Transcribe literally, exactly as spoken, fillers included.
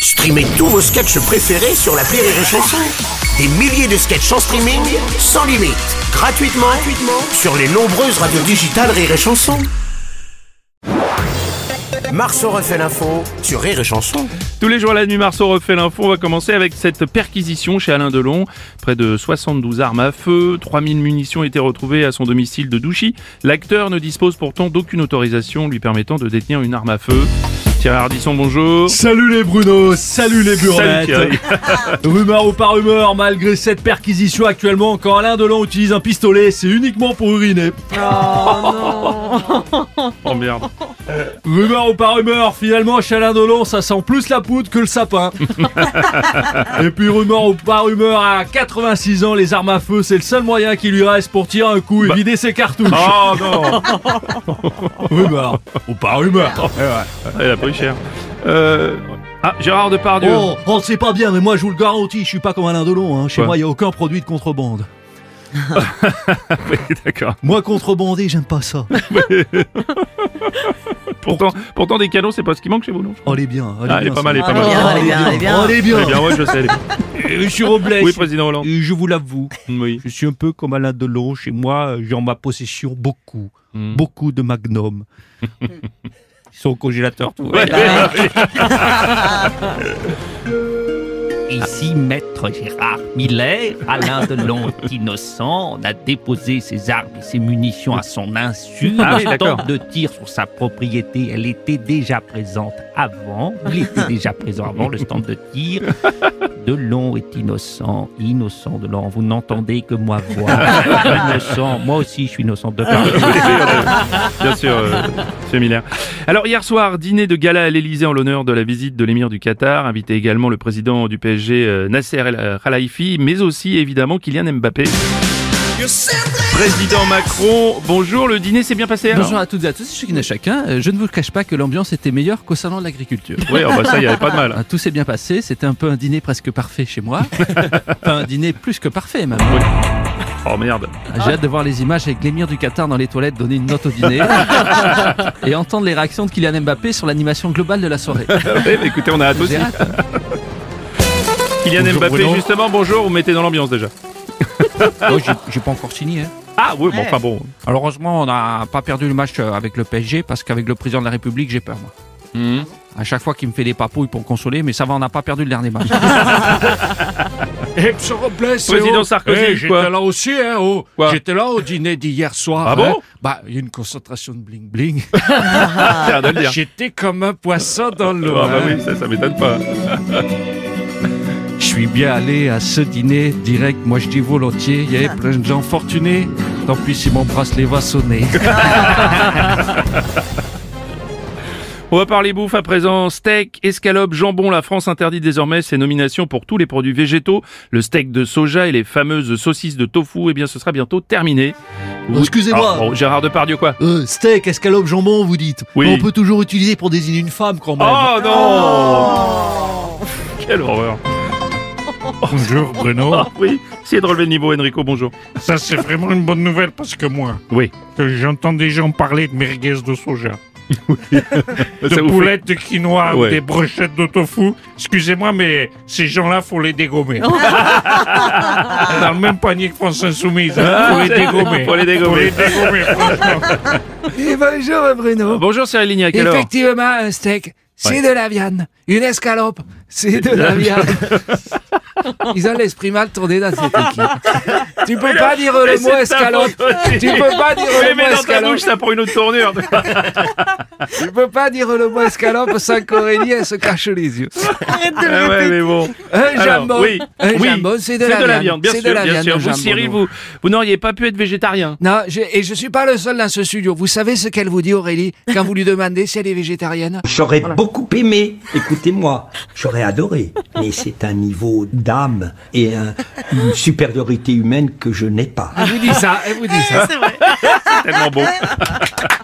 Streamez tous vos sketchs préférés sur l'appli Rire et Chanson. Des milliers de sketchs en streaming, sans limite, gratuitement, gratuitement sur les nombreuses radios digitales Rire et Chanson. Marceau refait l'info sur Rire et Chanson. Tous les jours à la nuit, Marceau refait l'info. On va commencer avec cette perquisition chez Alain Delon. Près de soixante-douze armes à feu, trois mille munitions étaient retrouvées à son domicile de Douchy. L'acteur ne dispose pourtant d'aucune autorisation lui permettant de détenir une arme à feu. Thierry Ardisson, bonjour. Salut les Bruno, salut les burettes. Rumeur ou pas rumeur, malgré cette perquisition actuellement, quand Alain Delon utilise un pistolet, c'est uniquement pour uriner. Oh non. Oh merde. Rumeur ou pas rumeur, finalement chez Alain Delon, ça sent plus la poudre que le sapin. Et puis rumeur ou pas rumeur, à quatre-vingt-six ans, les armes à feu, c'est le seul moyen qui lui reste pour tirer un coup et bah... vider ses cartouches. Oh non. Rumeur ou pas rumeur. Oh. Eh ouais. Elle a pris cher. Euh... Ah, Gérard Depardieu. Oh, oh c'est pas bien, mais moi je vous le garantis, je suis pas comme Alain Delon. Hein. Chez Quoi moi, il n'y a aucun produit de contrebande. Oui, d'accord. Moi, contrebander, j'aime pas ça. pourtant, pourtant, des canons, c'est pas ce qui manque chez vous, non? Oh, elle est bien. Elle est, ah, bien, elle est pas mal, elle est pas mal. Elle est bien, elle est bien. Oh, elle est bien. Elle est bien, ouais, je sais, elle est bien. Monsieur Robles. Oui, président Hollande. Je vous l'avoue. Oui. Je suis un peu comme Alain Delon. Chez moi, j'ai en ma possession beaucoup, mm. beaucoup de Magnum. Ils sont au congélateur, tout. Ouais, ouais, Ici, maître Gérard Miller, Alain Delon est innocent, on a déposé ses armes et ses munitions à son insu. Ah oui, le d'accord. stand de tir sur sa propriété, elle était déjà présente avant. Il était déjà présent avant le stand de tir. Delon est innocent, innocent Delon. Vous n'entendez que moi voir. Innocent, moi aussi je suis innocent de parler. Bien sûr, euh, monsieur Miller. Alors hier soir, dîner de gala à l'Elysée en l'honneur de la visite de l'émir du Qatar, invité également le président du P S G euh, Nasser El Khelaifi, mais aussi évidemment Kylian Mbappé. Président Macron, bonjour, le dîner s'est bien passé alors? Bonjour à toutes et à tous, chacune et chacun. Je ne vous le cache pas que l'ambiance était meilleure qu'au salon de l'agriculture. Oui, oh bah ça, il n'y avait pas de mal. Tout s'est bien passé, c'était un peu un dîner presque parfait chez moi. Enfin, un dîner plus que parfait même. Oui. Oh merde. J'ai hâte de voir les images avec l'émir du Qatar dans les toilettes donner une note au dîner et entendre les réactions de Kylian Mbappé sur l'animation globale de la soirée. Oui, mais écoutez, on a hâte aussi. Hâte. Kylian bonjour, Mbappé, Bruno. Justement, bonjour, vous mettez dans l'ambiance déjà. Oh, j'ai, j'ai pas encore signé. Hein. Ah oui, bon, enfin bon. Alors heureusement, on n'a pas perdu le match avec le P S G parce qu'avec le président de la République, j'ai peur, moi. Mmh. À chaque fois qu'il me fait des papouilles pour me consoler, mais ça va, on n'a pas perdu le dernier match. Et monsieur Robles, président oh, Sarkozy, hey, quoi. J'étais là aussi, hein, oh. J'étais là au dîner d'hier soir. Ah bon hein. Bah, il y a une concentration de bling bling. Tiens, de le dire. J'étais comme un poisson dans l'eau. Ah bah hein. oui, ça, ça m'étonne pas. Je suis bien allé à ce dîner direct, moi je dis volontiers, il y avait plein de gens fortunés, tant pis si mon bracelet va sonner. On va parler bouffe à présent. Steak, escalope, jambon. La France interdit désormais ses nominations pour tous les produits végétaux. Le steak de soja et les fameuses saucisses de tofu, eh bien ce sera bientôt terminé. Vous... Excusez-moi. Oh, oh, Gérard Depardieu, quoi euh, Steak, escalope, jambon, vous dites. Oui. On peut toujours utiliser pour désigner une femme quand même. Oh non oh. Quelle horreur. Bonjour Bruno. Ah, oui, essayez de relever le niveau, Enrico, bonjour. Ça c'est vraiment une bonne nouvelle parce que moi, oui, que j'entends des gens parler de merguez de soja, oui. de boulettes fait... de quinoa ouais. ou des brochettes de tofu, excusez-moi mais ces gens-là faut les dégommer. Dans le même panier que France Insoumise, hein, faut les dégommer. Faut les dégommer. Faut les dégommer, franchement. Et bonjour Bruno. Bonjour Cyril Lignac, alors. Effectivement, un steak, c'est ouais. de la viande. Une escalope, c'est de la viande. Ils ont l'esprit mal tourné dans cette équipe. Tu peux pas dire le mot escalope. Tu peux pas dire le mot escalope. Dans ta bouche, ça prend une autre tournure. Tu peux pas dire le mot escalope sans qu'Aurélie elle se cache les yeux. Arrête de le ah ouais, mais bon. Un jambon. Oui, un oui. jambon, c'est de, c'est la, de la viande. viande. Bien c'est sûr, de la bien viande, sûr. Vous, jambon, Cyril, vous, vous n'auriez pas pu être végétarien. Non, je, et je suis pas le seul dans ce studio. Vous savez ce qu'elle vous dit, Aurélie, quand vous lui demandez si elle est végétarienne? J'aurais voilà. beaucoup aimé. Écoutez-moi, j'aurais adoré. Mais c'est un niveau d'âme et un, une supériorité humaine que je n'ai pas. Elle vous dit ça, elle vous dit ça. C'est vrai. C'est tellement beau.